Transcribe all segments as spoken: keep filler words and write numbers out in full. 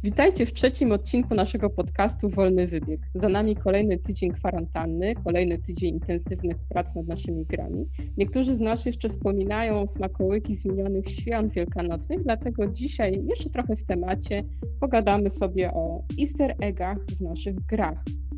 Witajcie w trzecim odcinku naszego podcastu Wolny Wybieg. Za nami kolejny tydzień kwarantanny, kolejny tydzień intensywnych prac nad naszymi grami. Niektórzy z nas jeszcze wspominają smakołyki z minionych świąt wielkanocnych, dlatego dzisiaj jeszcze trochę w temacie pogadamy sobie o easter eggach w naszych grach.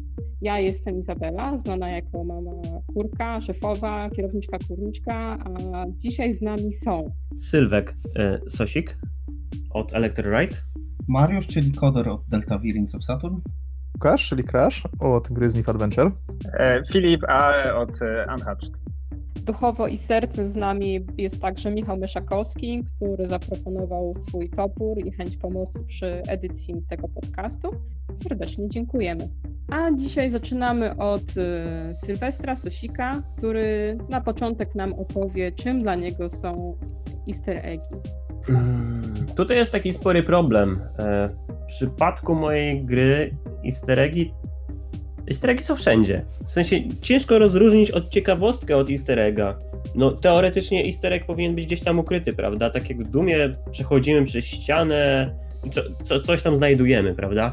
Ja jestem Izabela, znana jako mama kurka, szefowa, kierowniczka kurniczka, a dzisiaj z nami są Sylwek y, Sosik od Electroride, Mariusz, czyli Koder od Delta V Rings of Saturn, Łukasz, czyli Crash od Gry Sniff Adventure, e, Filip A. od Unhatched. Duchowo i sercem z nami jest także Michał Myszakowski, który zaproponował swój topór i chęć pomocy przy edycji tego podcastu. Serdecznie dziękujemy. A dzisiaj zaczynamy od y, Sylwestra Sosika, który na początek nam opowie, czym dla niego są easter eggi. Hmm, tutaj jest taki spory problem. E, w przypadku mojej gry easter eggi Easter eggi są wszędzie. W sensie ciężko rozróżnić od ciekawostkę od easter egga. No teoretycznie easter egg powinien być gdzieś tam ukryty, prawda? Tak jak w Dumie przechodzimy przez ścianę i co, co, coś tam znajdujemy, prawda?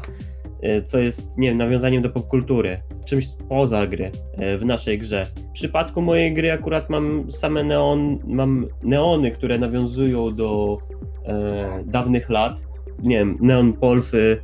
Co jest, nie wiem, nawiązaniem do popkultury, czymś spoza gry w naszej grze. W przypadku mojej gry akurat mam same neon, mam neony, które nawiązują do e, dawnych lat. Nie wiem, neon Polfy,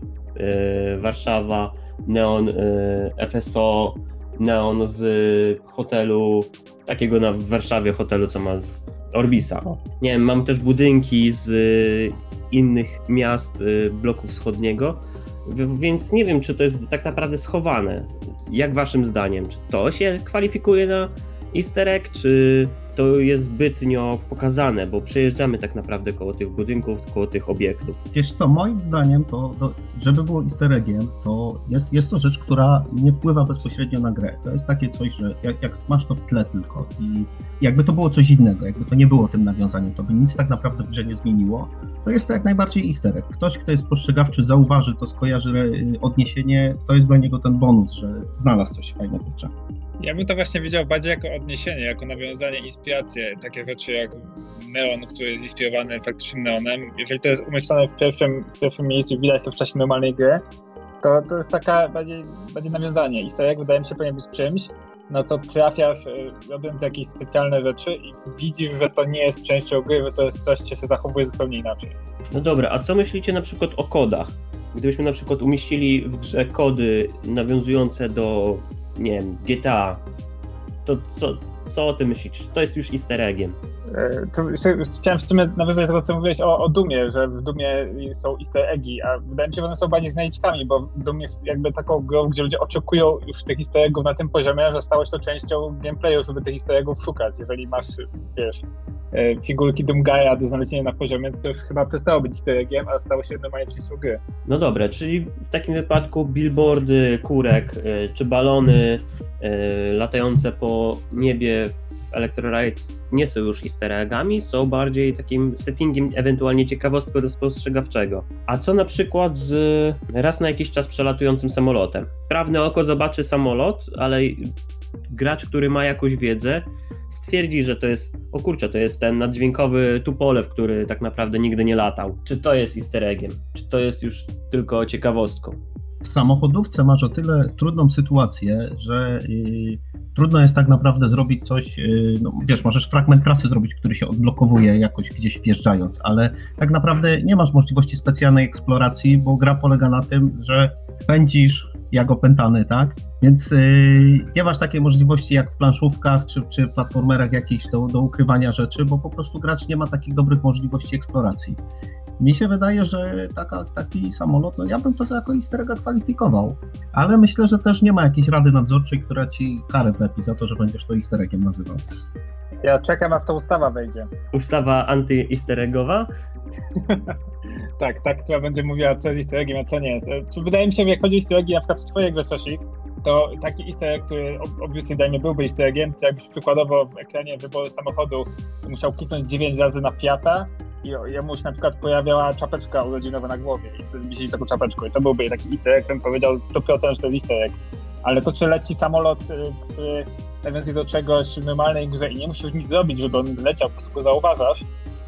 e, Warszawa, neon y, F S O, neon z hotelu, takiego na w Warszawie hotelu, co ma Orbisa. Nie wiem, mam też budynki z y, innych miast y, bloku wschodniego, w, więc nie wiem, czy to jest tak naprawdę schowane. Jak waszym zdaniem? Czy to się kwalifikuje na easter egg, czy to jest zbytnio pokazane, bo przejeżdżamy tak naprawdę koło tych budynków, koło tych obiektów. Wiesz co, moim zdaniem, to, to żeby było easter eggiem, to jest, jest to rzecz, która nie wpływa bezpośrednio na grę. To jest takie coś, że jak, jak masz to w tle tylko i jakby to było coś innego, jakby to nie było tym nawiązaniem, to by nic tak naprawdę w grze nie zmieniło, to jest to jak najbardziej easter egg. Ktoś, kto jest spostrzegawczy, zauważy to, skojarzy odniesienie, to jest dla niego ten bonus, że znalazł coś fajnego w grze. Ja bym to właśnie widział bardziej jako odniesienie, jako nawiązanie, inspirację. Takie rzeczy jak neon, który jest inspirowany faktycznym neonem. Jeżeli to jest umieszczone w pierwszym, w pierwszym miejscu i widać to w czasie normalnej gry, to, to jest taka bardziej, bardziej nawiązanie. Easter egg wydaje mi się powinien być czymś, na co trafiasz robiąc jakieś specjalne rzeczy i widzisz, że to nie jest częścią gry, że to jest coś, co się zachowuje zupełnie inaczej. No dobra, a co myślicie na przykład o kodach? Gdybyśmy na przykład umieścili w grze kody nawiązujące do, nie wiem, G T A, to co, co o tym myślisz? To jest już easter eggiem. To chciałem w sumie nawiązać do tego, co mówiłeś o, o Dumie, że w Dumie są easter eggi, a wydaje mi się, że one są bardziej znajdźkami, bo Doom jest jakby taką grą, gdzie ludzie oczekują już tych easter eggów na tym poziomie, że stało się to częścią gameplayu, żeby tych easter eggów szukać. Jeżeli masz, wiesz, figurki Doomgaya do znalezienia na poziomie, to, to już chyba przestało być easter eggiem, a stało się normalnie częścią gry. No dobra, czyli w takim wypadku billboardy kurek czy balony latające po niebie w Electroride nie są już easter eggami, są bardziej takim settingiem, ewentualnie ciekawostką do spostrzegawczego. A co na przykład z raz na jakiś czas przelatującym samolotem? Prawne oko zobaczy samolot, ale gracz, który ma jakąś wiedzę, stwierdzi, że to jest, o kurczę, to jest ten naddźwiękowy Tupolew, który tak naprawdę nigdy nie latał. Czy to jest easter eggiem? Czy to jest już tylko ciekawostką? W samochodówce masz o tyle trudną sytuację, że yy, trudno jest tak naprawdę zrobić coś, yy, no wiesz, możesz fragment trasy zrobić, który się odblokowuje jakoś gdzieś wjeżdżając, ale tak naprawdę nie masz możliwości specjalnej eksploracji, bo gra polega na tym, że pędzisz jak opętany, tak? Więc yy, nie masz takiej możliwości jak w planszówkach czy, czy platformerach jakichś do, do ukrywania rzeczy, bo po prostu gracz nie ma takich dobrych możliwości eksploracji. Mi się wydaje, że taka, taki samolot, no ja bym to jako easter egga kwalifikował, ale myślę, że też nie ma jakiejś rady nadzorczej, która ci karę wlepi za to, że będziesz to easter eggiem nazywał. Ja czekam, aż ta ustawa wejdzie. Ustawa anty-easter eggowa? tak, tak, która będzie mówiła, co jest easter eggiem, a co nie jest. Wydaje mi się, że jak chodzi o easter eggi, na przykład w twojej grze, Sosik, to taki easter egg, który obviously dajmy byłby easter eggiem, to jakbyś przykładowo w ekranie wyboru samochodu musiał kliknąć dziewięć razy na Fiata i jemu się na przykład pojawiała czapeczka urodzinowa na głowie i wtedy wisieli taką czapeczką i to byłby taki easter egg, bym powiedział sto procent, że to jest easter egg. Ale to, czy leci samolot, który nawiązuje do czegoś w normalnej grze i nie musisz nic zrobić, żeby on leciał, po prostu go zauważasz,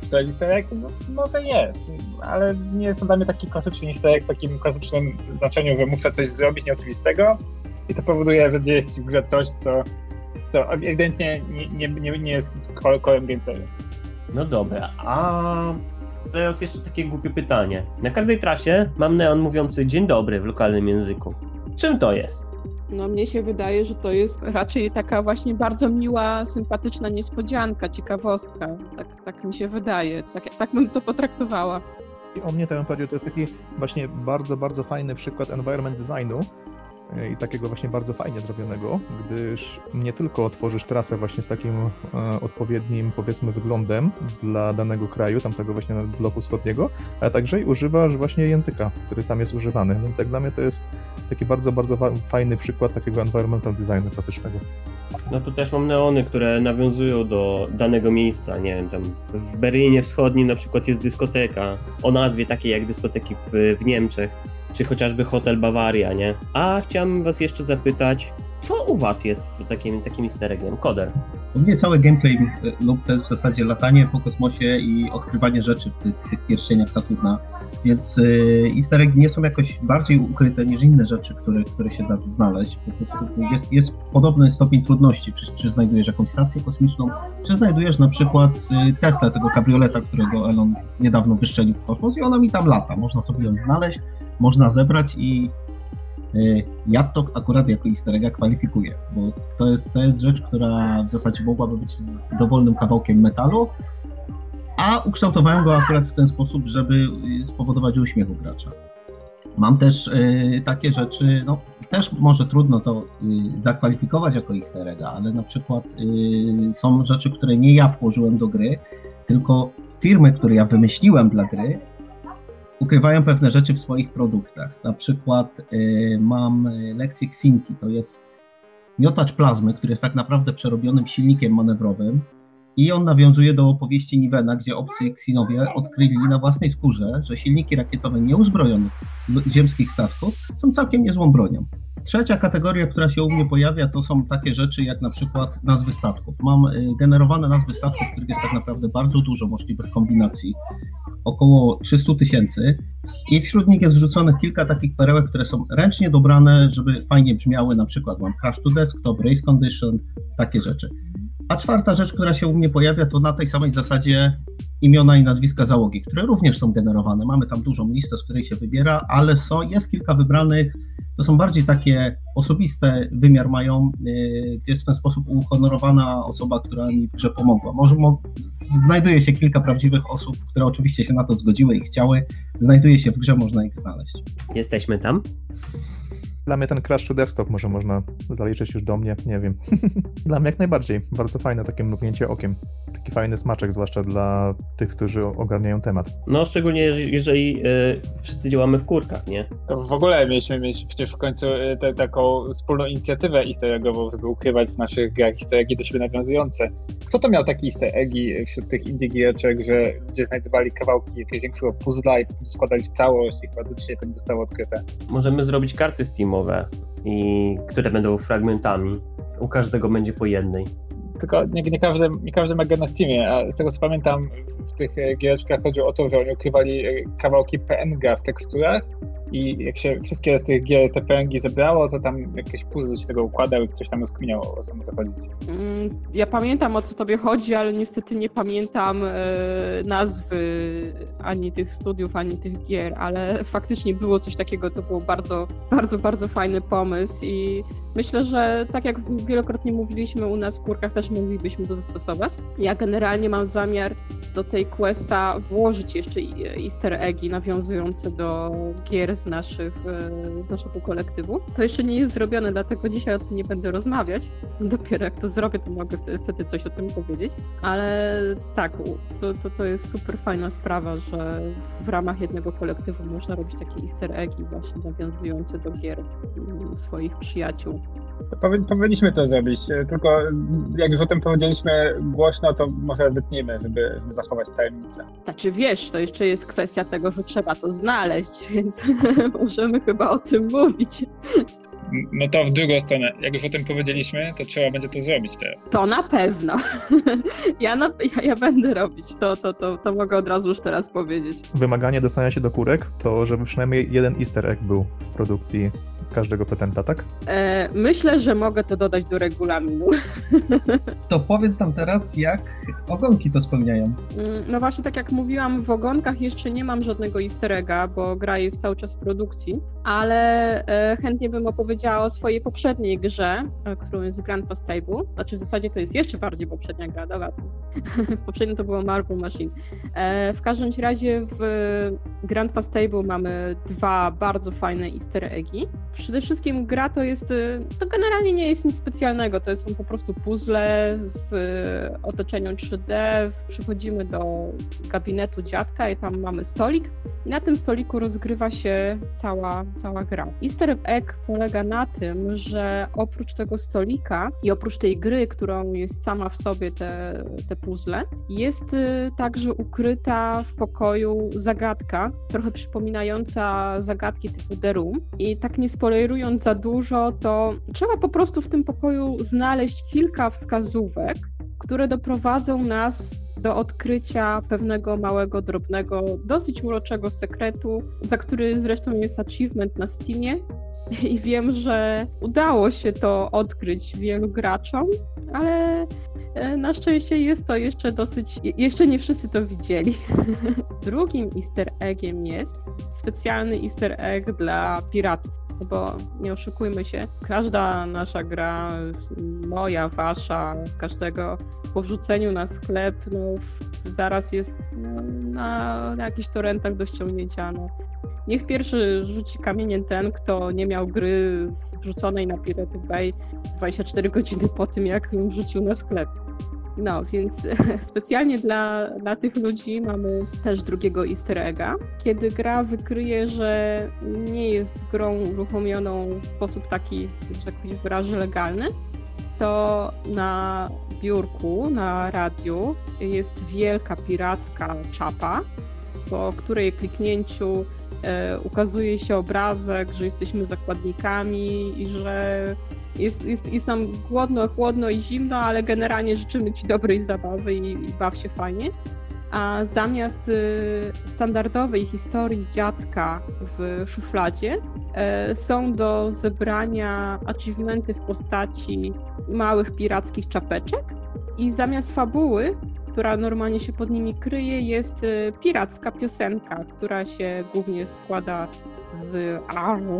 Czy to jest easter egg? No, może jest, ale nie jest to dla mnie taki klasyczny easter egg w takim klasycznym znaczeniu, że muszę coś zrobić nieoczywistego i to powoduje, że dzieje się w grze coś, co, co ewidentnie nie, nie, nie, nie jest kolem gameplayu. No dobra, a teraz jeszcze takie głupie pytanie. Na każdej trasie mam neon mówiący dzień dobry w lokalnym języku. Czym to jest? No mnie się wydaje, że to jest raczej taka właśnie bardzo miła, sympatyczna niespodzianka, ciekawostka. Tak, tak mi się wydaje, tak, tak bym to potraktowała. I o mnie to bym powiedział, to jest taki właśnie bardzo, bardzo fajny przykład environment designu i takiego właśnie bardzo fajnie zrobionego, gdyż nie tylko tworzysz trasę właśnie z takim e, odpowiednim, powiedzmy, wyglądem dla danego kraju, tamtego właśnie bloku wschodniego, ale także i używasz właśnie języka, który tam jest używany, więc jak dla mnie to jest taki bardzo, bardzo fajny przykład takiego environmental designu klasycznego. No tu też mam neony, które nawiązują do danego miejsca, nie wiem, tam w Berlinie Wschodnim na przykład jest dyskoteka o nazwie takiej jak dyskoteki w, w Niemczech, czy chociażby Hotel Bawaria, nie? A chciałem was jeszcze zapytać, co u was jest takim, takim easter eggiem? Koder. U mnie cały gameplay lub to jest w zasadzie latanie po kosmosie i odkrywanie rzeczy w tych, w tych pierścieniach Saturna, więc y, easter eggi nie są jakoś bardziej ukryte niż inne rzeczy, które, które się da znaleźć. Po prostu jest, jest podobny stopień trudności, czy, czy znajdujesz jakąś stację kosmiczną, czy znajdujesz na przykład y, Tesla, tego kabrioleta, którego Elon niedawno wyszczelił w kosmos i ona mi tam lata. Można sobie ją znaleźć, można zebrać i ja to akurat jako easter egga kwalifikuję, bo to jest, to jest rzecz, która w zasadzie mogłaby być dowolnym kawałkiem metalu, a ukształtowałem go akurat w ten sposób, żeby spowodować uśmiech u gracza. Mam też y, takie rzeczy, no też może trudno to y, zakwalifikować jako easter egga, ale na przykład y, są rzeczy, które nie ja włożyłem do gry, tylko firmy, które ja wymyśliłem dla gry, ukrywają pewne rzeczy w swoich produktach. Na przykład y, mam Lexi Xinti, to jest miotacz plazmy, który jest tak naprawdę przerobionym silnikiem manewrowym i on nawiązuje do opowieści Nivena, gdzie obcy Xinowie odkryli na własnej skórze, że silniki rakietowe nieuzbrojonych ziemskich statków są całkiem niezłą bronią. Trzecia kategoria, która się u mnie pojawia, to są takie rzeczy jak na przykład nazwy statków. Mam generowane nazwy statków, których jest tak naprawdę bardzo dużo możliwych kombinacji, około trzysta tysięcy i wśród nich jest wrzuconych kilka takich perełek, które są ręcznie dobrane, żeby fajnie brzmiały, na przykład mam Crash to Desktop, Race Condition, takie rzeczy. A czwarta rzecz, która się u mnie pojawia, to na tej samej zasadzie imiona i nazwiska załogi, które również są generowane. Mamy tam dużą listę, z której się wybiera, ale są, jest kilka wybranych, to są bardziej takie osobiste wymiar mają, yy, gdzie jest w ten sposób uhonorowana osoba, która mi w grze pomogła. Może mo- znajduje się kilka prawdziwych osób, które oczywiście się na to zgodziły i chciały. Znajduje się w grze, można ich znaleźć. Jesteśmy tam? Dla mnie ten Crash to Desktop może można zaliczyć już do mnie, nie wiem. Dla mnie jak najbardziej. Bardzo fajne takie mrugnięcie okiem. Taki fajny smaczek, zwłaszcza dla tych, którzy ogarniają temat. No szczególnie jeżeli yy, wszyscy działamy w kurkach, nie? To w ogóle mieliśmy mieć przecież w końcu te, taką wspólną inicjatywę easter eggową, żeby ukrywać w naszych grach easter eggi do siebie nawiązujące. Kto to miał takie easter eggi wśród tych indie giereczek, że ludzie znajdowali kawałki jakiegoś większego puzzla i składali w całość i chyba do dzisiaj to nie zostało odkryte. Możemy zrobić karty Steamowe, i które będą fragmentami. U każdego będzie po jednej. Tylko nie, nie, każdy, nie każdy ma grę na Steamie, a z tego co pamiętam w tych giereczkach chodziło o to, że oni ukrywali kawałki P N G w teksturach i jak się wszystkie z tych gier te P N G zebrało, to tam jakieś puzzle się tego układał i ktoś tam rozkminiał, o co może chodzić. Ja pamiętam, o co tobie chodzi, ale niestety nie pamiętam e, nazwy ani tych studiów, ani tych gier, ale faktycznie było coś takiego, to był bardzo, bardzo, bardzo fajny pomysł i myślę, że tak jak wielokrotnie mówiliśmy u nas w kurkach, też moglibyśmy to zastosować. Ja generalnie mam zamiar do tej questa włożyć jeszcze easter eggi nawiązujące do gier z, naszych, z naszego kolektywu. To jeszcze nie jest zrobione, dlatego dzisiaj o tym nie będę rozmawiać. Dopiero jak to zrobię, to mogę wtedy coś o tym powiedzieć. Ale tak, to, to, to jest super fajna sprawa, że w ramach jednego kolektywu można robić takie easter eggi właśnie nawiązujące do gier swoich przyjaciół. To powi- powinniśmy to zrobić, tylko jak już o tym powiedzieliśmy głośno, to może wytniemy, żeby, żeby zachować tajemnicę. Znaczy wiesz, to jeszcze jest kwestia tego, że trzeba to znaleźć, więc możemy chyba o tym mówić. No to w drugą stronę, jak już o tym powiedzieliśmy, to trzeba będzie to zrobić teraz. To na pewno. Ja, na, ja, ja będę robić, to, to, to, to mogę od razu już teraz powiedzieć. Wymaganie dostania się do kurek to, żeby przynajmniej jeden easter egg był w produkcji każdego petenta, tak? E, myślę, że mogę to dodać do regulaminu. To powiedz nam teraz, jak ogonki to spełniają. No właśnie, tak jak mówiłam, w ogonkach jeszcze nie mam żadnego easter egga, bo gra jest cały czas w produkcji, ale e, chętnie bym opowiedziała o swojej poprzedniej grze, e, którą jest Grand Pass Table. Znaczy w zasadzie to jest jeszcze bardziej poprzednia gra, dobra. W poprzednim to było Marble Machine. E, w każdym razie w Grand Pass Table mamy dwa bardzo fajne easter eggi. Przede wszystkim gra to jest, to generalnie nie jest nic specjalnego, to są po prostu puzzle w otoczeniu trzy D, przychodzimy do gabinetu dziadka i tam mamy stolik i na tym stoliku rozgrywa się cała, cała gra. Easter egg polega na tym, że oprócz tego stolika i oprócz tej gry, którą jest sama w sobie te, te puzzle, jest także ukryta w pokoju zagadka, trochę przypominająca zagadki typu The Room i tak nie spoilerując za dużo, to trzeba po prostu w tym pokoju znaleźć kilka wskazówek, które doprowadzą nas do odkrycia pewnego małego, drobnego, dosyć uroczego sekretu, za który zresztą jest achievement na Steamie i wiem, że udało się to odkryć wielu graczom, ale na szczęście jest to jeszcze dosyć, jeszcze nie wszyscy to widzieli. Drugim easter eggiem jest specjalny easter egg dla piratów, bo nie oszukujmy się, każda nasza gra, moja, wasza, każdego po wrzuceniu na sklep, no zaraz jest no, na, na jakichś torrentach do ściągnięcia. No. Niech pierwszy rzuci kamieniem ten, kto nie miał gry wrzuconej na Pirate Bay dwadzieścia cztery godziny po tym, jak ją wrzucił na sklep. No, więc specjalnie dla, dla tych ludzi mamy też drugiego easter egga. Kiedy gra wykryje, że nie jest grą uruchomioną w sposób taki, że tak powiem, wyrażę legalny, to na biurku, na radiu jest wielka piracka czapa, po której kliknięciu e, ukazuje się obrazek, że jesteśmy zakładnikami i że Jest, jest, jest nam głodno, chłodno i zimno, ale generalnie życzymy ci dobrej zabawy i, i baw się fajnie. A zamiast y, standardowej historii dziadka w szufladzie y, są do zebrania achievementy w postaci małych pirackich czapeczek i zamiast fabuły, która normalnie się pod nimi kryje, jest y, piracka piosenka, która się głównie składa z arr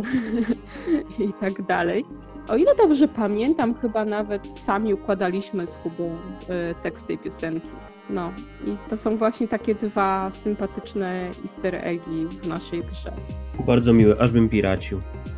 i tak dalej. O ile dobrze pamiętam, chyba nawet sami układaliśmy z Kubą y, tekst tej piosenki. No i to są właśnie takie dwa sympatyczne easter eggi w naszej grze. Bardzo miłe, aż bym piracił.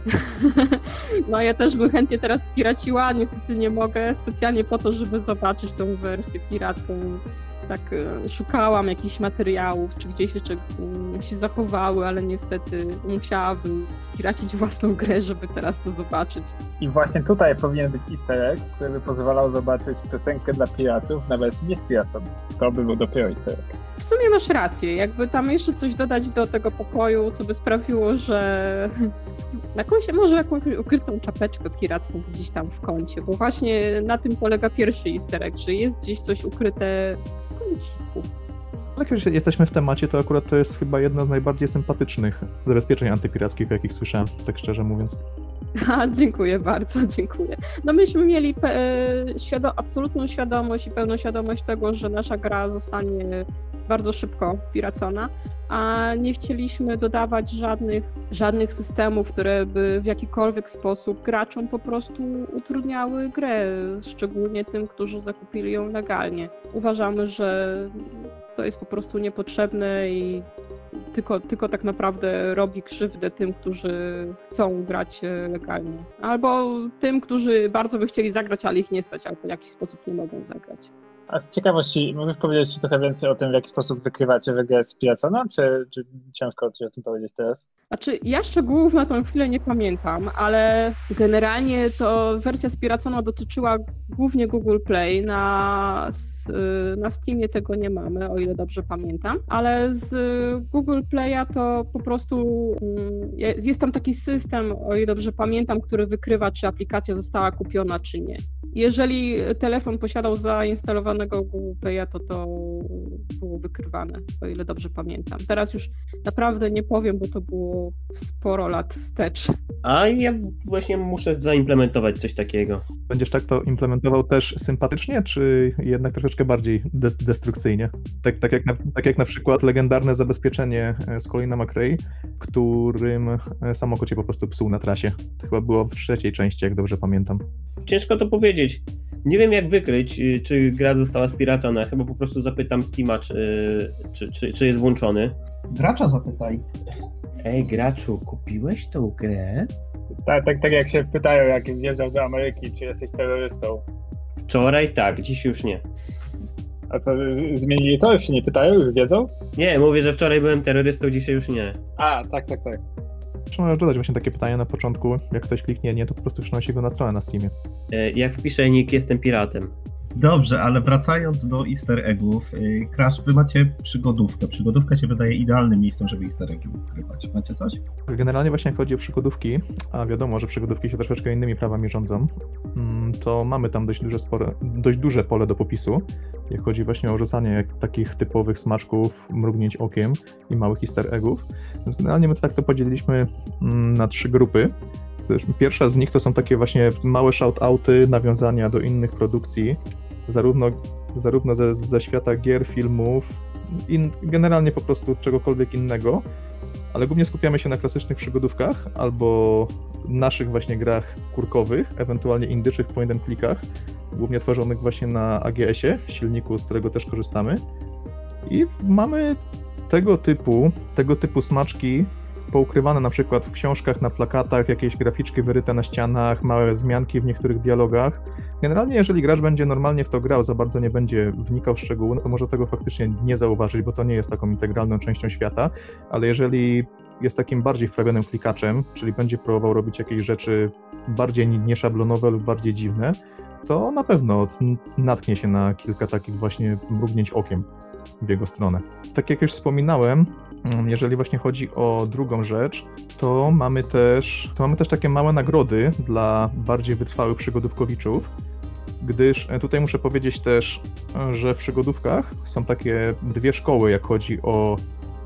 No ja też bym chętnie teraz spiraciła, niestety nie mogę, specjalnie po to, żeby zobaczyć tą wersję piracką. Tak szukałam jakichś materiałów, czy gdzieś jeszcze się zachowały, ale niestety musiałabym spiracić własną grę, żeby teraz to zobaczyć. I właśnie tutaj powinien być easter egg, który by pozwalał zobaczyć piosenkę dla piratów na wersji niespiraconej. To by był dopiero easter egg. W sumie masz rację, jakby tam jeszcze coś dodać do tego pokoju, co by sprawiło, że jakąś, może jakąś ukrytą czapeczkę piracką gdzieś tam w kącie, bo właśnie na tym polega pierwszy easter egg, że jest gdzieś coś ukryte w kąciku. Jak już jesteśmy w temacie, to akurat to jest chyba jedno z najbardziej sympatycznych zabezpieczeń antypirackich, jakich słyszałem, tak szczerze mówiąc. A, dziękuję bardzo, dziękuję. No myśmy mieli pe- świado- absolutną świadomość i pełną świadomość tego, że nasza gra zostanie bardzo szybko piracona, a nie chcieliśmy dodawać żadnych, żadnych systemów, które by w jakikolwiek sposób graczom po prostu utrudniały grę, szczególnie tym, którzy zakupili ją legalnie. Uważamy, że to jest po prostu niepotrzebne i tylko, tylko tak naprawdę robi krzywdę tym, którzy chcą grać legalnie. Albo tym, którzy bardzo by chcieli zagrać, ale ich nie stać, albo w jakiś sposób nie mogą zagrać. A z ciekawości, możesz powiedzieć trochę więcej o tym, w jaki sposób wykrywacie grę spiraconą, czy, czy ciężko ci o tym powiedzieć teraz? Znaczy, ja szczegółów na tą chwilę nie pamiętam, ale generalnie to wersja spiracona dotyczyła głównie Google Play. Na, na Steamie tego nie mamy, o ile dobrze pamiętam, ale z Google Play'a to po prostu jest tam taki system, o ile dobrze pamiętam, który wykrywa, czy aplikacja została kupiona, czy nie. Jeżeli telefon posiadał zainstalowanego Google Play'a, to to było wykrywane, o ile dobrze pamiętam. Teraz już naprawdę nie powiem, bo to było sporo lat wstecz. A ja właśnie muszę zaimplementować coś takiego. Będziesz tak to implementował też sympatycznie, czy jednak troszeczkę bardziej des- destrukcyjnie? Tak, tak, jak na, tak jak na przykład legendarne zabezpieczenie z Colina McRae, którym samochód cię po prostu psuł na trasie. To chyba było w trzeciej części, jak dobrze pamiętam. Ciężko to powiedzieć. Nie wiem jak wykryć, czy gra została spiracona. Chyba po prostu zapytam Steama, czy, czy, czy, czy jest włączony. Gracza zapytaj. Ej, graczu, kupiłeś tą grę? Tak, tak, tak jak się pytają, jak wjeżdżam do Ameryki, czy jesteś terrorystą. Wczoraj tak, dziś już nie. A co, z- zmienili to? Już się nie pytają? Już wiedzą? Nie, mówię, że wczoraj byłem terrorystą, dzisiaj już nie. A, tak, tak, tak. Trzeba dodać właśnie takie pytanie na początku, jak ktoś kliknie nie, to po prostu przynosi go na stronę na Steamie. E, Jak wpiszę nick, jestem piratem. Dobrze, ale wracając do easter eggów, yy, Crash, wy macie przygodówkę. Przygodówka się wydaje idealnym miejscem, żeby easter eggi ukrywać. Macie coś? Generalnie właśnie jak chodzi o przygodówki, a wiadomo, że przygodówki się troszeczkę innymi prawami rządzą, to mamy tam dość duże, spore, dość duże pole do popisu, jak chodzi właśnie o rzucanie takich typowych smaczków, mrugnięć okiem i małych easter eggów. Więc generalnie my to tak to podzieliliśmy na trzy grupy. Pierwsza z nich to są takie właśnie małe shout-outy, nawiązania do innych produkcji, zarówno, zarówno ze, ze świata gier, filmów, in, generalnie po prostu czegokolwiek innego, ale głównie skupiamy się na klasycznych przygodówkach albo naszych właśnie grach kurkowych, ewentualnie indyczych point and clickach, głównie tworzonych właśnie na A G S-ie, silniku, z którego też korzystamy. I mamy tego typu, tego typu smaczki poukrywane na przykład w książkach, na plakatach, jakieś graficzki wyryte na ścianach, małe wzmianki w niektórych dialogach. Generalnie jeżeli gracz będzie normalnie w to grał, za bardzo nie będzie wnikał w szczegóły, no to może tego faktycznie nie zauważyć, bo to nie jest taką integralną częścią świata, ale jeżeli jest takim bardziej wprawionym klikaczem, czyli będzie próbował robić jakieś rzeczy bardziej nieszablonowe lub bardziej dziwne, to na pewno natknie się na kilka takich właśnie mrugnięć okiem w jego stronę. Tak jak już wspominałem, jeżeli właśnie chodzi o drugą rzecz, to mamy też, to mamy też takie małe nagrody dla bardziej wytrwałych przygodówkowiczów, gdyż tutaj muszę powiedzieć też, że w przygodówkach są takie dwie szkoły, jak chodzi o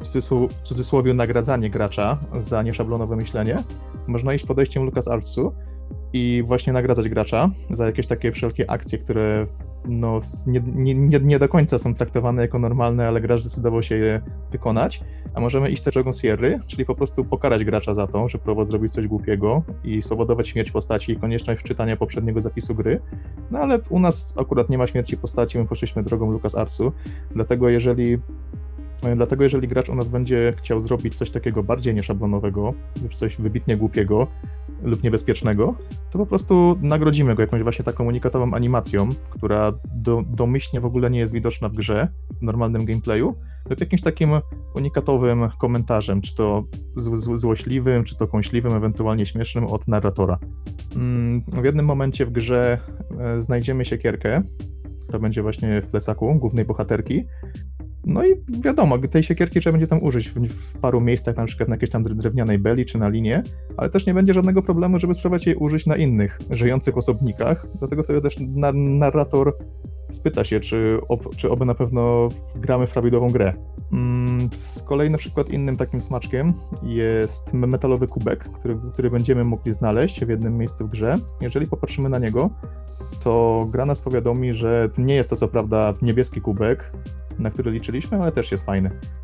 w cudzysłowie nagradzanie gracza za nieszablonowe myślenie. Można iść podejściem LucasArtsu i właśnie nagradzać gracza za jakieś takie wszelkie akcje, które no, nie, nie, nie do końca są traktowane jako normalne, ale gracz zdecydował się je wykonać, a możemy iść też drogą Sierry, czyli po prostu pokarać gracza za to, że próbował zrobić coś głupiego i spowodować śmierć postaci i konieczność wczytania poprzedniego zapisu gry, no ale u nas akurat nie ma śmierci postaci, my poszliśmy drogą LucasArtsu, dlatego jeżeli Dlatego jeżeli gracz u nas będzie chciał zrobić coś takiego bardziej nieszablonowego lub coś wybitnie głupiego lub niebezpiecznego, to po prostu nagrodzimy go jakąś właśnie taką unikatową animacją, która do, domyślnie w ogóle nie jest widoczna w grze, w normalnym gameplayu, lub jakimś takim unikatowym komentarzem, czy to zł, zł, złośliwym, czy to kąśliwym, ewentualnie śmiesznym od narratora. W jednym momencie w grze znajdziemy siekierkę, która będzie właśnie w plecaku głównej bohaterki. No i wiadomo, tej siekierki trzeba będzie tam użyć w, w paru miejscach, na przykład na jakiejś tam drewnianej beli czy na linie, ale też nie będzie żadnego problemu, żeby spróbować jej użyć na innych żyjących osobnikach, dlatego wtedy też na, narrator spyta się, czy, ob, czy oby na pewno gramy w prawidłową grę. Mm, z kolei na przykład innym takim smaczkiem jest metalowy kubek, który, który będziemy mogli znaleźć w jednym miejscu w grze. Jeżeli popatrzymy na niego, to gra nas powiadomi, że nie jest to co prawda niebieski kubek, na który liczyliśmy, ale też jest fajny.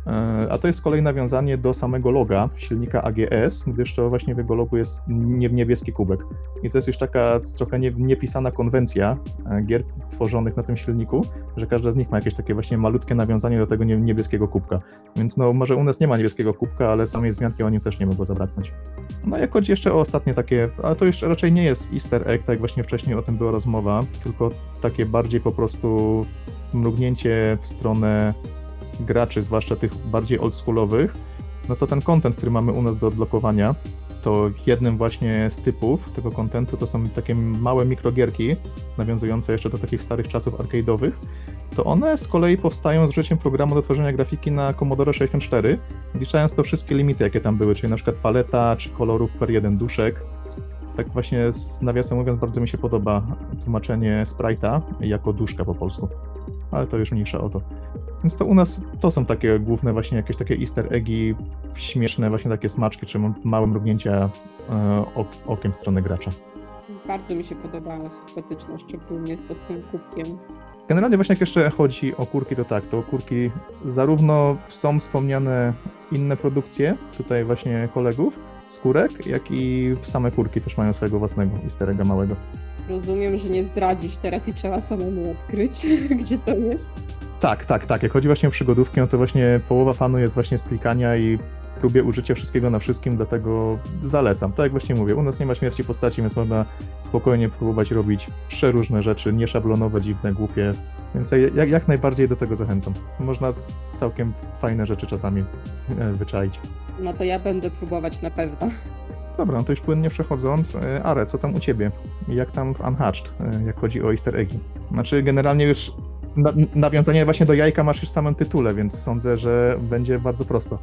A to jest z kolei nawiązanie do samego loga silnika A G S, gdyż to właśnie w jego logu jest niebieski kubek. I to jest już taka trochę nie, niepisana konwencja gier tworzonych na tym silniku, że każda z nich ma jakieś takie właśnie malutkie nawiązanie do tego niebieskiego kubka. Więc no może u nas nie ma niebieskiego kubka, ale samej wzmianki o nim też nie mogło zabraknąć. No jak chodzi jeszcze o ostatnie takie, ale to już raczej nie jest easter egg, tak jak właśnie wcześniej o tym była rozmowa, tylko takie bardziej po prostu mrugnięcie w stronę graczy, zwłaszcza tych bardziej oldschoolowych, no to ten content, który mamy u nas do odblokowania, to jednym właśnie z typów tego contentu to są takie małe mikrogierki, nawiązujące jeszcze do takich starych czasów arcade'owych, to one z kolei powstają z użyciem programu do tworzenia grafiki na Commodore sześćdziesiąt cztery, wliczając to wszystkie limity, jakie tam były, czyli na przykład paleta, czy kolorów per jeden duszek. Tak właśnie z nawiasem mówiąc, bardzo mi się podoba tłumaczenie sprite'a jako duszka po polsku, ale to już mniejsza o to. Więc to u nas to są takie główne właśnie jakieś takie easter eggi, śmieszne właśnie takie smaczki, czy małe mrugnięcia e, okiem w stronę gracza. Bardzo mi się podobała sympatyczna, szczególnie to z tym kubkiem. Generalnie właśnie jak jeszcze chodzi o kurki, to tak, to kurki zarówno są wspomniane inne produkcje, tutaj właśnie kolegów, skórek, jak i same kurki też mają swojego własnego easter egga małego. Rozumiem, że nie zdradzisz teraz i trzeba samemu odkryć, gdzie to jest. Tak, tak, tak. Jak chodzi właśnie o przygodówki, no to właśnie połowa fanu jest właśnie z klikania i próbie użycia wszystkiego na wszystkim, dlatego zalecam. Tak jak właśnie mówię, u nas nie ma śmierci postaci, więc można spokojnie próbować robić przeróżne rzeczy, nieszablonowe, dziwne, głupie, więc jak, jak najbardziej do tego zachęcam. Można całkiem fajne rzeczy czasami wyczaić. No to ja będę próbować na pewno. Dobra, no to już płynnie przechodząc, Are, co tam u ciebie? Jak tam w Unhatched, jak chodzi o easter eggi? Znaczy generalnie już Na, nawiązanie właśnie do jajka masz już w samym tytule, więc sądzę, że będzie bardzo prosto.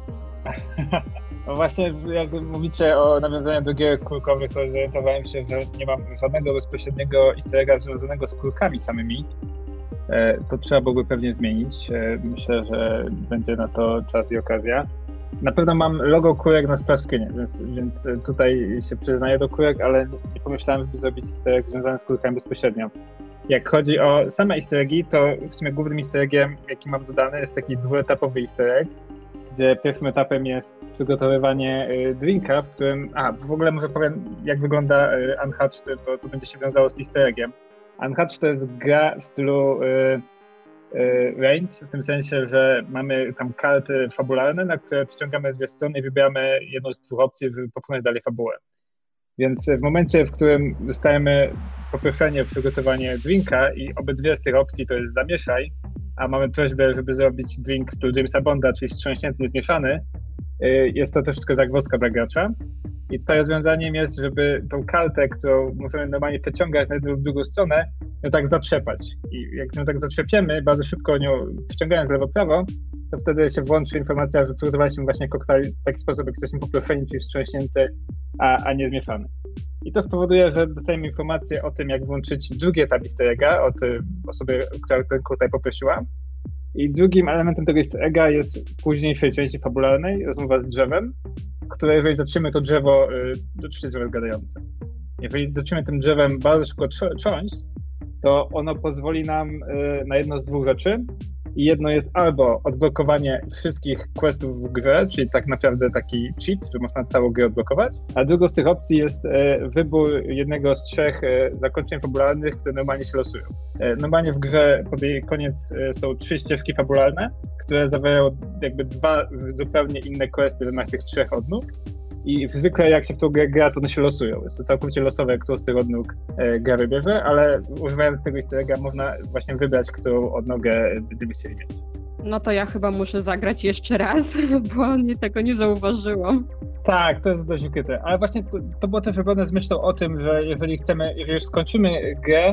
No właśnie, jak mówicie o nawiązaniu do gier kulkowych, to zorientowałem się, że nie mam żadnego bezpośredniego easter egga związanego z kulkami samymi. To trzeba byłoby pewnie zmienić. Myślę, że będzie na to czas i okazja. Na pewno mam logo kulek na splash screenie, więc, więc tutaj się przyznaję do kulek, ale nie pomyślałem, żeby zrobić easter egg związany z kulkami bezpośrednio. Jak chodzi o same easter eggi, to w sumie głównym easter eggiem, jaki mam dodany, jest taki dwuetapowy easter egg, gdzie pierwszym etapem jest przygotowywanie drinka, w którym... A, w ogóle może powiem, jak wygląda Unhatched, bo to będzie się wiązało z easter eggiem. Unhatched to jest gra w stylu y, y, Reigns, w tym sensie, że mamy tam karty fabularne, na które przyciągamy dwie strony i wybieramy jedną z dwóch opcji, żeby popchnąć dalej fabułę. Więc w momencie, w którym dostajemy poproszenie o przygotowanie drinka i obydwie z tych opcji to jest zamieszaj, a mamy prośbę, żeby zrobić drink w stylu Jamesa Bonda, czyli wstrząśnięty, niezmieszany, jest to troszeczkę zagwozdka dla gracza. I tutaj rozwiązaniem jest, żeby tą kartę, którą możemy normalnie przeciągać na jedną lub drugą stronę, ją tak zatrzepać. I jak ją tak zatrzepiemy, bardzo szybko nią wciągając lewo-prawo, to wtedy się włączy informacja, że przygotowaliśmy właśnie koktajl w taki sposób, jak jesteśmy poproszeni, czyli wstrząśnięty, a, a nie zmieszany. I to spowoduje, że dostajemy informację o tym, jak włączyć drugi etap easter egga od osoby, która ten koktajl poprosiła. I drugim elementem tego easter egga jest w późniejszej części fabularnej rozmowa z drzewem, które jeżeli zaczniemy to drzewo, to czy drzewo jest gadające. Jeżeli zaczniemy tym drzewem bardzo szybko trząść, to ono pozwoli nam na jedno z dwóch rzeczy. I jedno jest albo odblokowanie wszystkich questów w grze, czyli tak naprawdę taki cheat, że można całą grę odblokować, a drugą z tych opcji jest wybór jednego z trzech zakończeń fabularnych, które normalnie się losują. Normalnie w grze pod jej koniec są trzy ścieżki fabularne, które zawierają jakby dwa zupełnie inne questy w ramach tych trzech odnóg. I zwykle jak się w tą grę gra, to one się losują. Jest to całkowicie losowe, którą z tych odnóg e, gra wybierze, ale używając tego easter egga można właśnie wybrać, którą odnogę będziemy chcieli mieć. No to ja chyba muszę zagrać jeszcze raz, bo nie, tego nie zauważyłam. Tak, to jest dość ukryte, ale właśnie to, to było też wybrane z myślą o tym, że jeżeli chcemy, jeżeli już skończymy grę,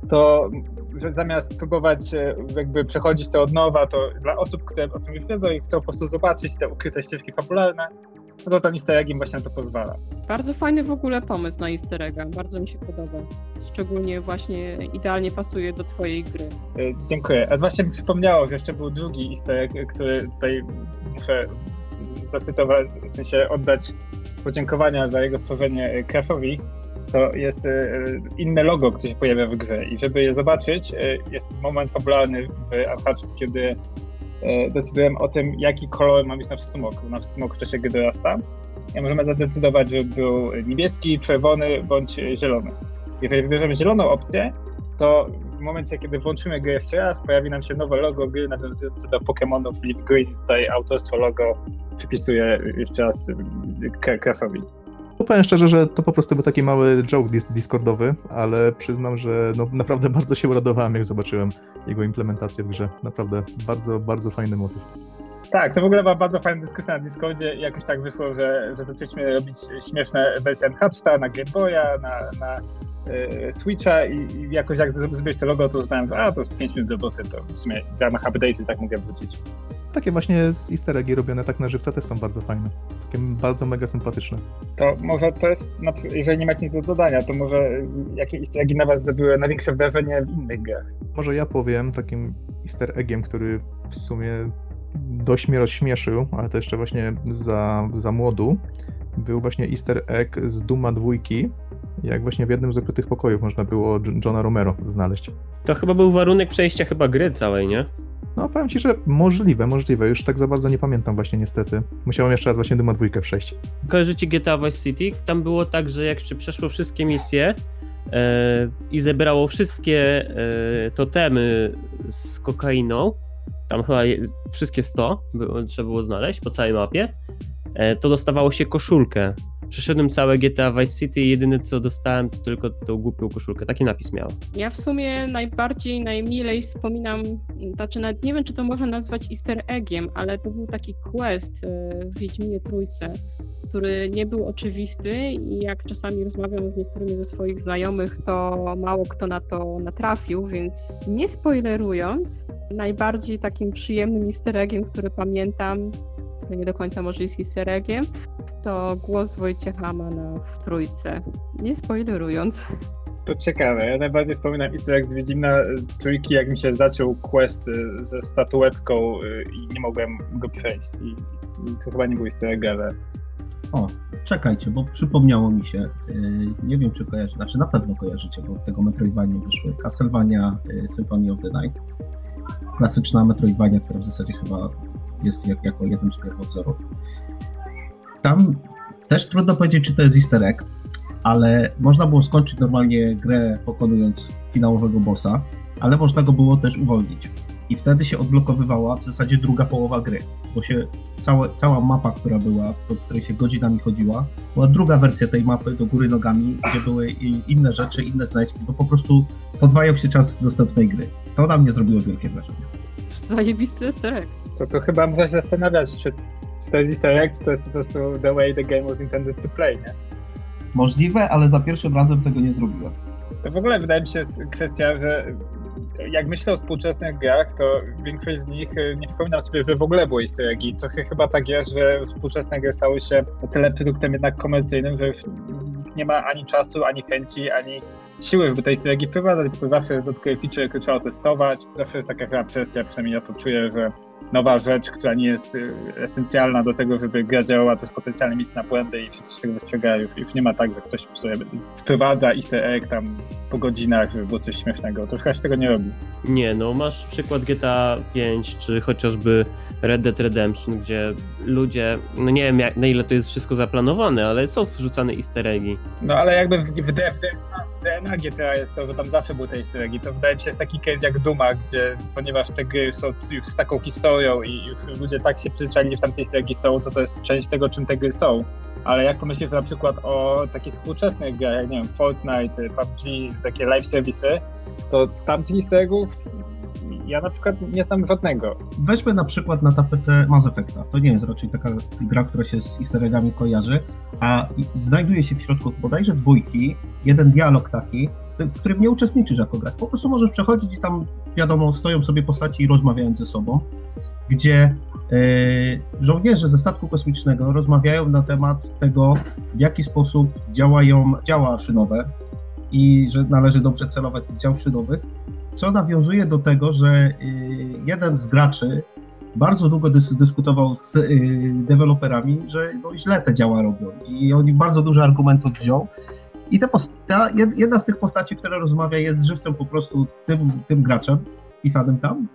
to że zamiast próbować jakby przechodzić to od nowa, to dla osób, które o tym już wiedzą i chcą po prostu zobaczyć te ukryte ścieżki fabularne, no to ten easter egg im właśnie na to pozwala. Bardzo fajny w ogóle pomysł na easter egga, bardzo mi się podoba. Szczególnie właśnie idealnie pasuje do twojej gry. Dziękuję. A właśnie mi przypomniało, że jeszcze był drugi easter egg, który tutaj muszę zacytować, w sensie oddać podziękowania za jego stworzenie Craftowi. To jest inne logo, które się pojawia w grze i żeby je zobaczyć, jest moment fabularny w Unhatched, kiedy decydujemy o tym, jaki kolor ma być nasz smok. Nasz smok w czasie gry dorasta. I możemy zadecydować, żeby był niebieski, czerwony bądź zielony. Jeżeli wybierzemy zieloną opcję, to w momencie, kiedy włączymy grę jeszcze raz, pojawi nam się nowe logo gry nawiązujące do Pokemonów Leaf Green. Tutaj autorstwo logo przypisuje jeszcze raz Kraftowi. No powiem szczerze, że to po prostu był taki mały joke dis- discordowy, ale przyznam, że no, naprawdę bardzo się uradowałem, jak zobaczyłem jego implementację w grze. Naprawdę bardzo, bardzo fajny motyw. Tak, to w ogóle była bardzo fajna dyskusja na Discordzie. Jakoś tak wyszło, że, że zaczęliśmy robić śmieszne wersje Unhatchta na Game Boya, na, na y, Switcha i, i jakoś jak zrobiłeś to logo, to uznałem, że a, to jest pięć minut roboty, to w sumie w ramach update'u i tak mogę wrócić. Takie właśnie z easter eggi robione tak na żywca też są bardzo fajne. Takie bardzo mega sympatyczne. To może to jest, jeżeli nie macie nic do dodania, to może jakie easter eggi na was zrobiły największe wrażenie w innych grach? Może ja powiem takim easter eggiem, który w sumie dość mnie rozśmieszył, ale to jeszcze właśnie za, za młodu, był właśnie easter egg z Duma dwójki, jak właśnie w jednym z ukrytych pokojów można było Johna Romero znaleźć. To chyba był warunek przejścia chyba gry całej, nie? No powiem ci, że możliwe, możliwe. Już tak za bardzo nie pamiętam właśnie niestety. Musiałem jeszcze raz właśnie Duma dwójkę przejść. Kojarzycie G T A Vice City? Tam było tak, że jak się przeszło wszystkie misje e, i zebrało wszystkie e, totemy z kokainą, tam chyba je, wszystkie sto było, trzeba było znaleźć po całej mapie, e, to dostawało się koszulkę. Przeszedłem całe G T A Vice City i jedyne co dostałem to tylko tą głupią koszulkę. Taki napis miał. Ja w sumie najbardziej, najmilej wspominam, znaczy nawet nie wiem, czy to można nazwać easter eggiem, ale to był taki quest w Wiedźminie Trójce, który nie był oczywisty i jak czasami rozmawiam z niektórymi ze swoich znajomych, to mało kto na to natrafił, więc nie spoilerując, najbardziej takim przyjemnym easter eggiem, który pamiętam, to nie do końca może jest easter eggiem, to głos Wojciecha Hamana w Trójce. Nie spoilerując. To ciekawe, ja najbardziej wspominam easter egg z Wiedźmina Trójki, jak mi się zaczął quest ze statuetką i nie mogłem go przejść. I, i to chyba nie był easter egg, ale... O, czekajcie, bo przypomniało mi się, yy, nie wiem czy kojarzycie, znaczy na pewno kojarzycie, bo od tego Metroidvania wyszły Castlevania yy, Symphony of the Night. Klasyczna Metroidvania, która w zasadzie chyba jest jak, jako jednym z pierwowzorów. Tam też trudno powiedzieć, czy to jest easter egg, ale można było skończyć normalnie grę pokonując finałowego bossa, ale można go było też uwolnić. I wtedy się odblokowywała w zasadzie druga połowa gry, bo się całe, cała mapa, która była, po której się godzinami chodziła, była druga wersja tej mapy do góry nogami, gdzie były inne rzeczy, inne znajdźki, bo po prostu podwajał się czas dostępnej gry. To na mnie zrobiło wielkie wrażenie. Zajebisty easter egg. To, to chyba można się zastanawiać, czy, czy to jest easter egg, czy to jest po prostu the way the game was intended to play, nie? Możliwe, ale za pierwszym razem tego nie zrobiłem. To w ogóle wydaje mi się kwestia, że jak myślę o współczesnych grach, to większość z nich nie przypominam sobie, że w ogóle było easter eggi. Trochę chyba tak jest, że współczesne gry stały się o tyle produktem jednak komercyjnym, że nie ma ani czasu, ani chęci, ani siły, żeby te easter eggi wprowadzać, bo to zawsze jest dodatkowy feature, który trzeba testować. Zawsze jest taka chyba presja, przynajmniej ja to czuję, że nowa rzecz, która nie jest esencjalna do tego, żeby gra działała, to jest potencjalnie miejsce na błędy i wszyscy się tego wystrzegają. Już nie ma tak, że ktoś sobie wprowadza easter egg tam po godzinach, żeby było coś śmiesznego. To chyba się tego nie robi. Nie, no masz przykład G T A pięć, czy chociażby Red Dead Redemption, gdzie ludzie, no nie wiem jak, na ile to jest wszystko zaplanowane, ale są wrzucane easter eggi. No ale jakby w, w, w, w D N A G T A jest to, że tam zawsze były te easter eggi. To wydaje mi się jest taki case jak Duma, gdzie ponieważ te gry są już z taką historią i już ludzie tak się przyzwyczaili, że tam te easter eggi są, to to jest część tego, czym te gry są. Ale jak pomyślisz na przykład o takich współczesnych grach, jak nie wiem, Fortnite, P U B G, takie live serwisy, to tamtych easter eggów ja na przykład nie znam żadnego. Weźmy na przykład na tapetę Mass Effecta. To nie jest raczej taka gra, która się z easter eggami kojarzy, a znajduje się w środku bodajże dwójki jeden dialog taki, w którym nie uczestniczysz jako gracz. Po prostu możesz przechodzić i tam, wiadomo, stoją sobie postaci i rozmawiają ze sobą, gdzie yy, żołnierze ze statku kosmicznego rozmawiają na temat tego, w jaki sposób działają działa szynowe i że należy dobrze celować z dział szynowych, co nawiązuje do tego, że jeden z graczy bardzo długo dys- dyskutował z y, deweloperami, że no, źle te działa robią i oni bardzo dużo argumentów wziął i te post- ta, jedna z tych postaci, która rozmawia, jest żywcem po prostu tym, tym graczem pisanym tam.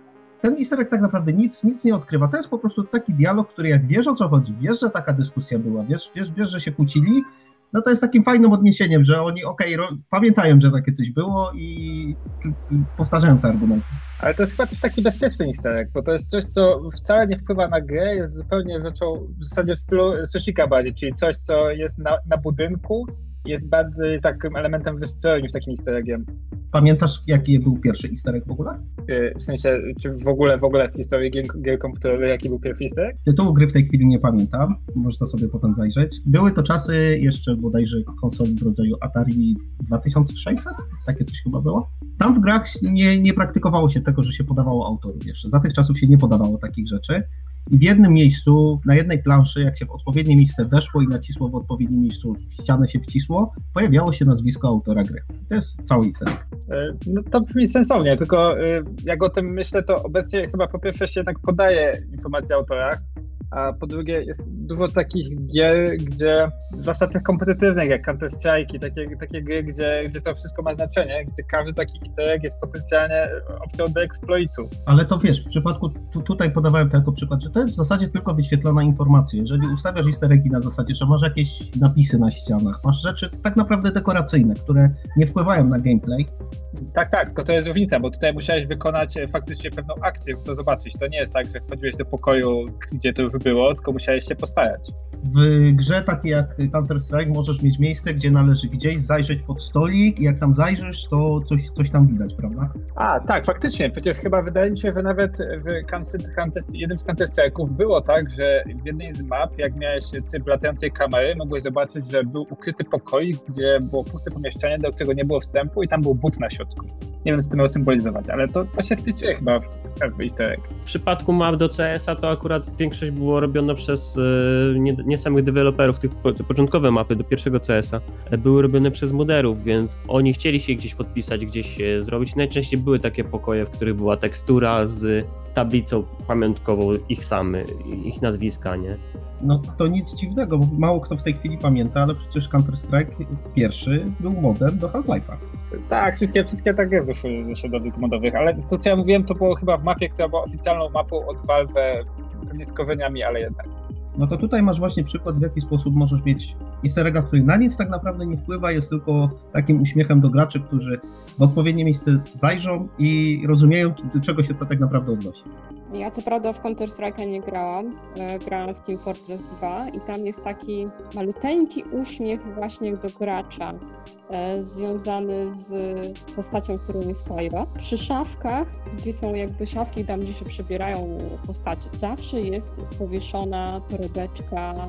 ten easter egg tak naprawdę nic, nic nie odkrywa. To jest po prostu taki dialog, który jak wiesz, o co chodzi, wiesz, że taka dyskusja była, wiesz, wiesz, wiesz że się kłócili, no to jest takim fajnym odniesieniem, że oni okej, okay, pamiętają, że takie coś było i powtarzają te argumenty. Ale to jest chyba też taki bezpieczny easter egg, bo to jest coś, co wcale nie wpływa na grę, jest zupełnie rzeczą w zasadzie w stylu Sosika bardziej, czyli coś, co jest na, na budynku, jest bardziej takim elementem wystroju niż takim easter eggiem. Pamiętasz, jaki był pierwszy easter egg w ogóle? W sensie, czy w ogóle w ogóle w historii gier, gier komputerowych, jaki był pierwszy easter egg? Tytułu gry w tej chwili nie pamiętam, można sobie potem zajrzeć. Były to czasy jeszcze bodajże konsoli w rodzaju Atari dwa tysiące sześćset, takie coś chyba było. Tam w grach nie, nie praktykowało się tego, że się podawało autorów jeszcze. Za tych czasów się nie podawało takich rzeczy. I w jednym miejscu, na jednej planszy, jak się w odpowiednie miejsce weszło i nacisło w odpowiednim miejscu, w ścianę się wcisło, pojawiało się nazwisko autora gry. To jest cały easter egg. No to brzmi sensownie, tylko jak o tym myślę, to obecnie chyba po pierwsze się jednak podaje informacje o autorach, a po drugie jest dużo takich gier, gdzie, zwłaszcza tych kompetytywnych, jak Counter-Strike i takie, takie gry, gdzie, gdzie to wszystko ma znaczenie, gdzie każdy taki easter egg jest potencjalnie opcją do exploitu. Ale to wiesz, w przypadku, tu, tutaj podawałem to jako przykład, że to jest w zasadzie tylko wyświetlona informacja. Jeżeli ustawiasz easter eggi na zasadzie, że masz jakieś napisy na ścianach, masz rzeczy tak naprawdę dekoracyjne, które nie wpływają na gameplay. Tak, tak, tylko to jest różnica, bo tutaj musiałeś wykonać faktycznie pewną akcję, żeby to zobaczyć. To nie jest tak, że wchodziłeś do pokoju, gdzie to już było, tylko musiałeś się postarać. W grze takiej jak Counter-Strike możesz mieć miejsce, gdzie należy gdzieś zajrzeć pod stolik i jak tam zajrzysz, to coś, coś tam widać, prawda? A, tak, faktycznie. Przecież chyba wydaje mi się, że nawet w jednym z Counter-Strike'ów było tak, że w jednej z map, jak miałeś tryb latającej kamery, mogłeś zobaczyć, że był ukryty pokoik, gdzie było puste pomieszczenie, do którego nie było wstępu i tam był but na środku. Nie wiem, co to miało symbolizować, ale to, to się wpisuje chyba w easter egg. W przypadku map do C S a to akurat większość było robione przez yy, nie, nie samych deweloperów, tych po, te początkowe mapy do pierwszego C S a były robione przez moderów, więc oni chcieli się gdzieś podpisać, gdzieś się zrobić. Najczęściej były takie pokoje, w których była tekstura z tablicą pamiątkową ich samy, ich nazwiska, nie? No to nic dziwnego, bo mało kto w tej chwili pamięta, ale przecież Counter-Strike pierwszy był modem do Half-Life'a. Tak, wszystkie, wszystkie tak wyszły, wyszły do tych modowych, ale to co ja mówiłem, to było chyba w mapie, która była oficjalną mapą od Valve, pewnie z korzeniami, ale jednak. No to tutaj masz właśnie przykład, w jaki sposób możesz mieć easter egga, który na nic tak naprawdę nie wpływa, jest tylko takim uśmiechem do graczy, którzy w odpowiednie miejsce zajrzą i rozumieją, do czego się to tak naprawdę odnosi. Ja co prawda w Counter-Strike'a nie grałam, e, grałam w Team Fortress dwa i tam jest taki maluteńki uśmiech właśnie do gracza e, związany z postacią, którą jest Pyro. Przy szafkach, gdzie są jakby szafki tam, gdzie się przebierają postacie, zawsze jest powieszona torebeczka e,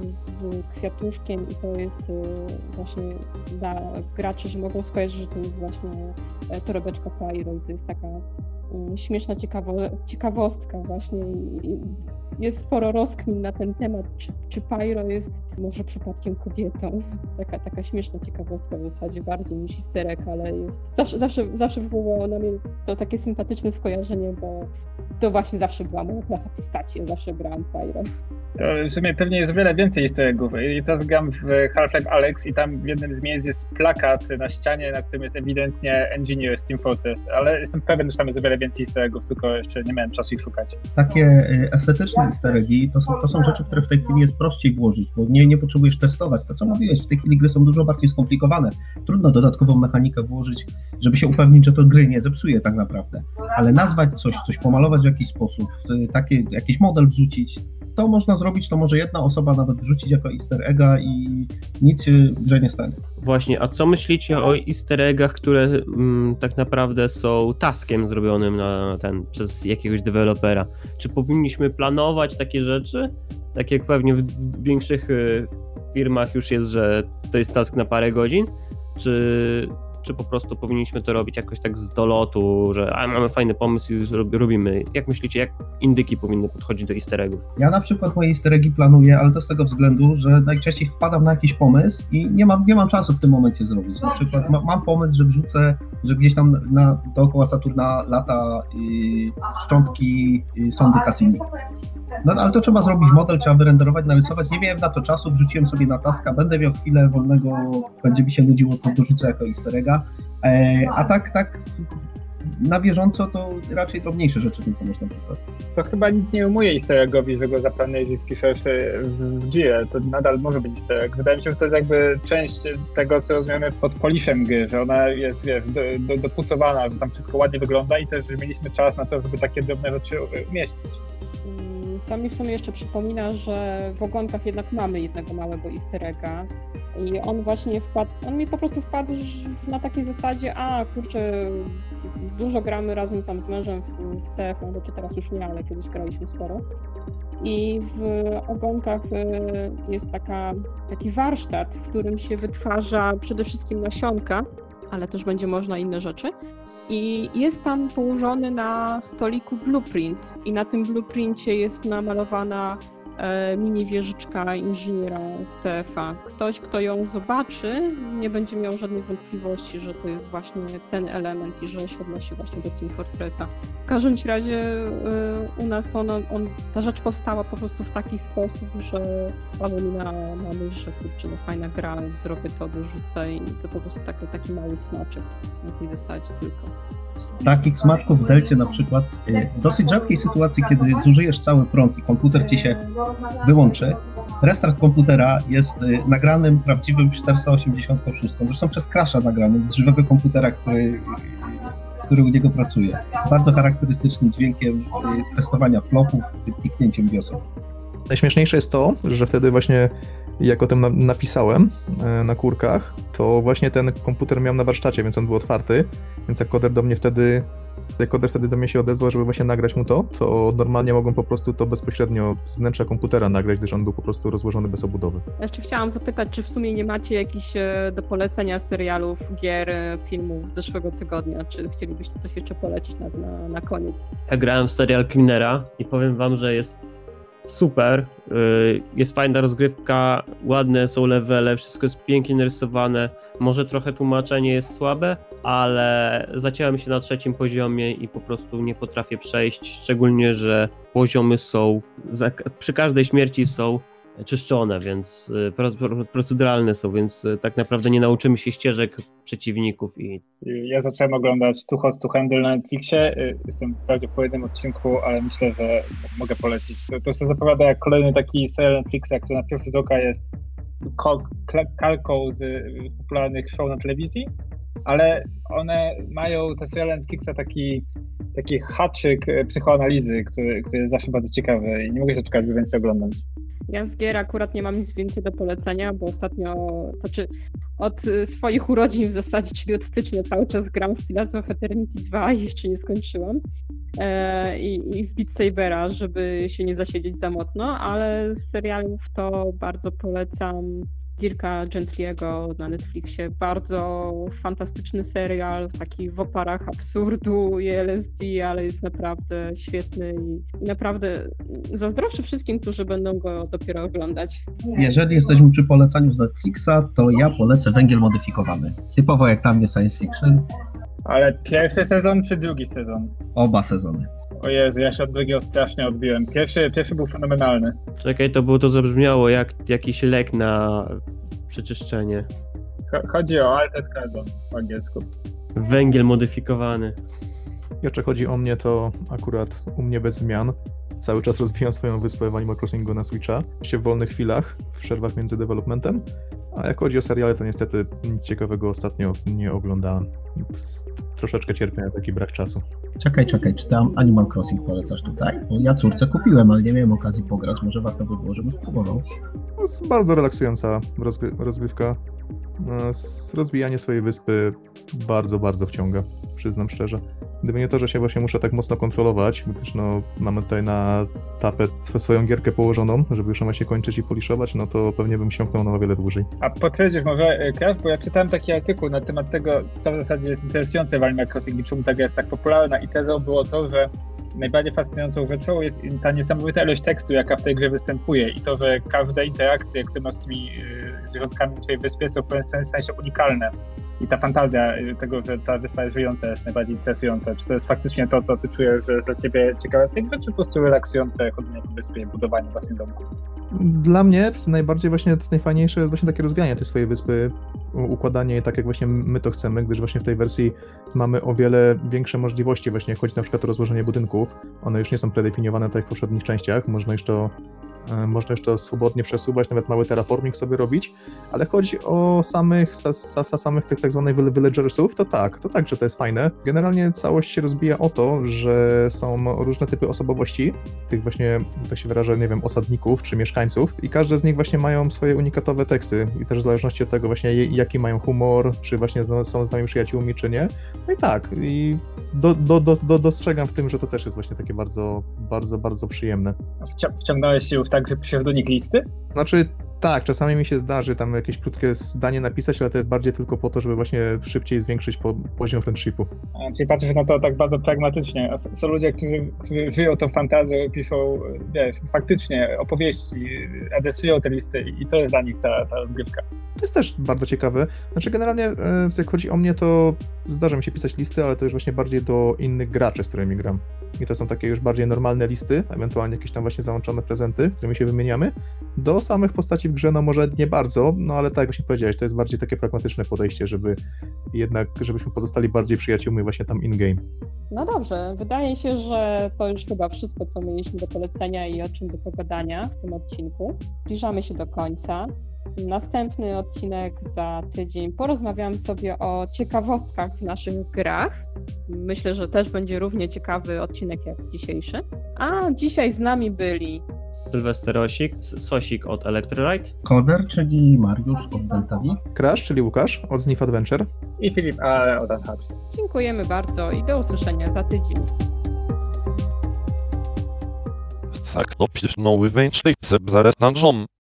z kwiatuszkiem i to jest e, właśnie dla graczy, że mogą skojarzyć, że to jest właśnie e, torebeczka Pyro i to jest taka śmieszna ciekawo- ciekawostka właśnie. Jest sporo rozkmin na ten temat, czy, czy Pyro jest może przypadkiem kobietą. Taka, taka śmieszna ciekawostka w zasadzie bardziej niż easter egg, ale jest zawsze, zawsze, zawsze wywołało na mnie to takie sympatyczne skojarzenie, bo to właśnie zawsze była moja klasa postaci, ja zawsze grałam Pyro. To w sumie pewnie jest wiele więcej easter eggów. I teraz gram w Half-Life Alyx i tam w jednym z miejsc jest plakat na ścianie, na którym jest ewidentnie Engineer z Team Fortress, ale jestem pewien, że tam jest wiele więcej easter eggów, tylko jeszcze nie miałem czasu ich szukać. Takie estetyczne easter eggi to są, to są rzeczy, które w tej chwili jest prościej włożyć, bo nie, nie potrzebujesz testować. To co mówiłeś, w tej chwili gry są dużo bardziej skomplikowane. Trudno dodatkową mechanikę włożyć, żeby się upewnić, że to gry nie zepsuje tak naprawdę. Ale nazwać coś, coś pomalować w jakiś sposób, takie, jakiś model wrzucić, to można zrobić, to może jedna osoba nawet wrzucić jako easter egga i nic się w grze nie stanie. Właśnie, a co myślicie o easter eggach, które mm, tak naprawdę są taskiem zrobionym na ten, przez jakiegoś dewelopera? Czy powinniśmy planować takie rzeczy? Tak jak pewnie w większych y, firmach już jest, że to jest task na parę godzin? Czy, czy po prostu powinniśmy to robić jakoś tak z dolotu, że a, mamy fajny pomysł i robimy? Jak myślicie, jak indyki powinny podchodzić do easter eggów? Ja na przykład moje easter eggi planuję, ale to z tego względu, że najczęściej wpadam na jakiś pomysł i nie mam, nie mam czasu w tym momencie zrobić. Na przykład ma, mam pomysł, że wrzucę, że gdzieś tam na, dookoła Saturna lata y, szczątki y, sondy Cassini. No ale to trzeba zrobić model, trzeba wyrenderować, narysować. Nie miałem na to czasu, wrzuciłem sobie na taska, będę miał chwilę wolnego, będzie mi się nudziło, to dorzucę jako easter egga. E, a tak, tak, na bieżąco to raczej drobniejsze rzeczy tylko można wrzucać. To chyba nic nie umuje easter eggowi, że go zaplanujesz i wpiszesz w Jirę. To nadal może być easter egg. Wydaje mi się, że to jest jakby część tego, co rozumiemy pod poliszem gry, że ona jest, wiesz, do, do, dopucowana, że tam wszystko ładnie wygląda i też, że mieliśmy czas na to, żeby takie drobne rzeczy umieścić. To mi w sumie jeszcze przypomina, że w ogonkach jednak mamy jednego małego easter egga i on właśnie wpadł, on mi po prostu wpadł na takiej zasadzie, a kurczę, dużo gramy razem tam z mężem w T F, no czy teraz już nie, ale kiedyś graliśmy sporo. I w ogonkach jest taka, taki warsztat, w którym się wytwarza przede wszystkim nasionka, ale też będzie można inne rzeczy. I jest tam położony na stoliku blueprint i na tym blueprincie jest namalowana e, mini wieżyczka inżyniera z T F a. Ktoś, kto ją zobaczy, nie będzie miał żadnych wątpliwości, że to jest właśnie ten element i że się odnosi właśnie do Team Fortressa. W każdym razie e, u nas on, on, ta rzecz powstała po prostu w taki sposób, że padło mi na, na myśl, że kurczę, no fajna gra, zrobię to, dorzucę i to po prostu taki, taki mały smaczek na tej zasadzie tylko. Z takich smaczków w Delcie na przykład w dosyć rzadkiej sytuacji, kiedy zużyjesz cały prąd i komputer ci się wyłączy, restart komputera jest nagranym prawdziwym czterysta osiemdziesiąt sześć, zresztą przez crasha nagranym z żywego komputera, który, który u niego pracuje. Z bardzo charakterystycznym dźwiękiem testowania flopów, piknięciem biosów. Najśmieszniejsze jest to, że wtedy właśnie jak o tym napisałem na kurkach, to właśnie ten komputer miałem na warsztacie, więc on był otwarty, więc jak koder do mnie wtedy, jak koder wtedy do mnie się odezwał, żeby właśnie nagrać mu to, to normalnie mogłem po prostu to bezpośrednio z wnętrza komputera nagrać, gdyż on był po prostu rozłożony bez obudowy. Jeszcze chciałam zapytać, czy w sumie nie macie jakichś do polecenia serialów, gier, filmów z zeszłego tygodnia, czy chcielibyście coś jeszcze polecić na, na, na koniec? Ja grałem w serial Cleanera i powiem wam, że jest super, jest fajna rozgrywka, ładne są levele, wszystko jest pięknie narysowane, może trochę tłumaczenie jest słabe, ale zaciąłem się na trzecim poziomie i po prostu nie potrafię przejść, szczególnie, że poziomy są, przy każdej śmierci są czyszczone, więc proceduralne są, więc tak naprawdę nie nauczymy się ścieżek przeciwników. I ja zacząłem oglądać Too Hot to Handle na Netflixie, jestem wprawdzie po jednym odcinku, ale myślę, że mogę polecić. To, to się zapowiada jak kolejny taki serial Netflixa, który na pierwszy rzut oka jest kalką z popularnych show na telewizji, ale one mają, te seriale Netflixa, taki taki haczyk psychoanalizy, który, który jest zawsze bardzo ciekawy i nie mogę się czekać, by więcej oglądać. Ja z gier akurat nie mam nic więcej do polecenia, bo ostatnio, to znaczy od swoich urodzin w zasadzie, czyli od stycznia cały czas gram w Pillars of Eternity dwa i jeszcze nie skończyłam. E, i, I w Beat Sabera, żeby się nie zasiedzieć za mocno, ale z serialów to bardzo polecam Dirka Gently'ego na Netflixie. Bardzo fantastyczny serial, taki w oparach absurdu i L S D, ale jest naprawdę świetny i naprawdę zazdroszczę wszystkim, którzy będą go dopiero oglądać. Jeżeli jesteśmy przy polecaniu z Netflixa, to ja polecę Węgiel Modyfikowany. Typowo jak dla mnie science fiction. Ale pierwszy sezon czy drugi sezon? Oba sezony. O Jezu, ja się od drugiego strasznie odbiłem. Pierwszy, pierwszy był fenomenalny. Czekaj, to było to zabrzmiało jak jakiś lek na przeczyszczenie. Chodzi o Altered Carbon po angielsku. Węgiel modyfikowany. Jeszcze chodzi o mnie, to akurat u mnie bez zmian. Cały czas rozwijam swoją wyspę w Animal Crossingu na Switcha. Się w wolnych chwilach, w przerwach między developmentem. A jak chodzi o seriale, to niestety nic ciekawego ostatnio nie oglądałem. Troszeczkę cierpię na taki brak czasu. Czekaj, czekaj, czy tam Animal Crossing polecasz tutaj? Bo ja córce kupiłem, ale nie miałem okazji pograć. Może warto by było, żeby spróbował. To jest bardzo relaksująca rozgry- rozgrywka. Rozwijanie swojej wyspy bardzo, bardzo wciąga, przyznam szczerze. Gdyby nie to, że się właśnie muszę tak mocno kontrolować, gdyż no, mamy tutaj na tapet swoją gierkę położoną, żeby już ona się kończyć i poliszować, no to pewnie bym siąknął na o wiele dłużej. A potwierdzisz może, Krasz, bo ja czytałem taki artykuł na temat tego, co w zasadzie jest interesujące w Animal Crossing i czemu ta gra jest tak popularna, i tezą było to, że najbardziej fascynującą rzeczą jest ta niesamowita ilość tekstu, jaka w tej grze występuje, i to, że każde interakcje, które masz z tymi zwierzątkami na twojej wyspie, są w pewnym sensie unikalne. I ta fantazja tego, że ta wyspa jest żyjąca, jest najbardziej interesująca. Czy to jest faktycznie to, co ty czujesz, że jest dla ciebie ciekawe w tej grze, czy po prostu relaksujące chodzenie po wyspie i budowanie własnych domków? Dla mnie najbardziej właśnie najfajniejsze jest właśnie takie rozwijanie tej swojej wyspy, układanie jej tak, jak właśnie my to chcemy, gdyż właśnie w tej wersji mamy o wiele większe możliwości, właśnie jak chodzi na przykład o rozłożenie budynków. One już nie są predefiniowane tak jak w poprzednich częściach, można już to, można już to swobodnie przesuwać, nawet mały terraforming sobie robić, ale chodzi o samych, sa, sa, samych tych tak zwanych villagersów, to tak, to tak, że to jest fajne. Generalnie całość się rozbija o to, że są różne typy osobowości, tych właśnie, tak się wyrażę, nie wiem, osadników czy mieszkańców i każde z nich właśnie mają swoje unikatowe teksty i też w zależności od tego właśnie jaki mają humor, czy właśnie są z nami przyjaciółmi, czy nie. No i tak, i do, do, do, do, dostrzegam w tym, że to też jest właśnie takie bardzo, bardzo, bardzo przyjemne. Wciągnąłeś się już tak, że piszesz do nich listy? Znaczy, tak, czasami mi się zdarzy tam jakieś krótkie zdanie napisać, ale to jest bardziej tylko po to, żeby właśnie szybciej zwiększyć po, poziom friendshipu. A, czyli patrzysz na to tak bardzo pragmatycznie. Są ludzie, którzy, którzy żyją tą fantazją, piszą, wiesz, faktycznie opowieści, adresują te listy i to jest dla nich ta, ta rozgrywka. To jest też bardzo ciekawe. Znaczy generalnie, jak chodzi o mnie, to zdarza mi się pisać listy, ale to już właśnie bardziej do innych graczy, z którymi gram. I to są takie już bardziej normalne listy, ewentualnie jakieś tam właśnie załączone prezenty, którymi się wymieniamy. Do samych postaci w grze, no może nie bardzo, no ale tak jak właśnie powiedziałeś, to jest bardziej takie pragmatyczne podejście, żeby jednak, żebyśmy pozostali bardziej przyjaciółmi właśnie tam in-game. No dobrze, wydaje się, że to już chyba wszystko, co mieliśmy do polecenia i o czym do pogadania w tym odcinku. Zbliżamy się do końca. Następny odcinek za tydzień porozmawiamy sobie o ciekawostkach w naszych grach. Myślę, że też będzie równie ciekawy odcinek jak dzisiejszy. A dzisiaj z nami byli Sylwester Osik, Sosik od Electrolyte, Koder, czyli Mariusz od Delta V, Crash, czyli Łukasz od Sniff Adventure i Filip A. od Unhatch. Dziękujemy bardzo i do usłyszenia za tydzień. Zaknopisz nowy węcznik, zaraz na dżom.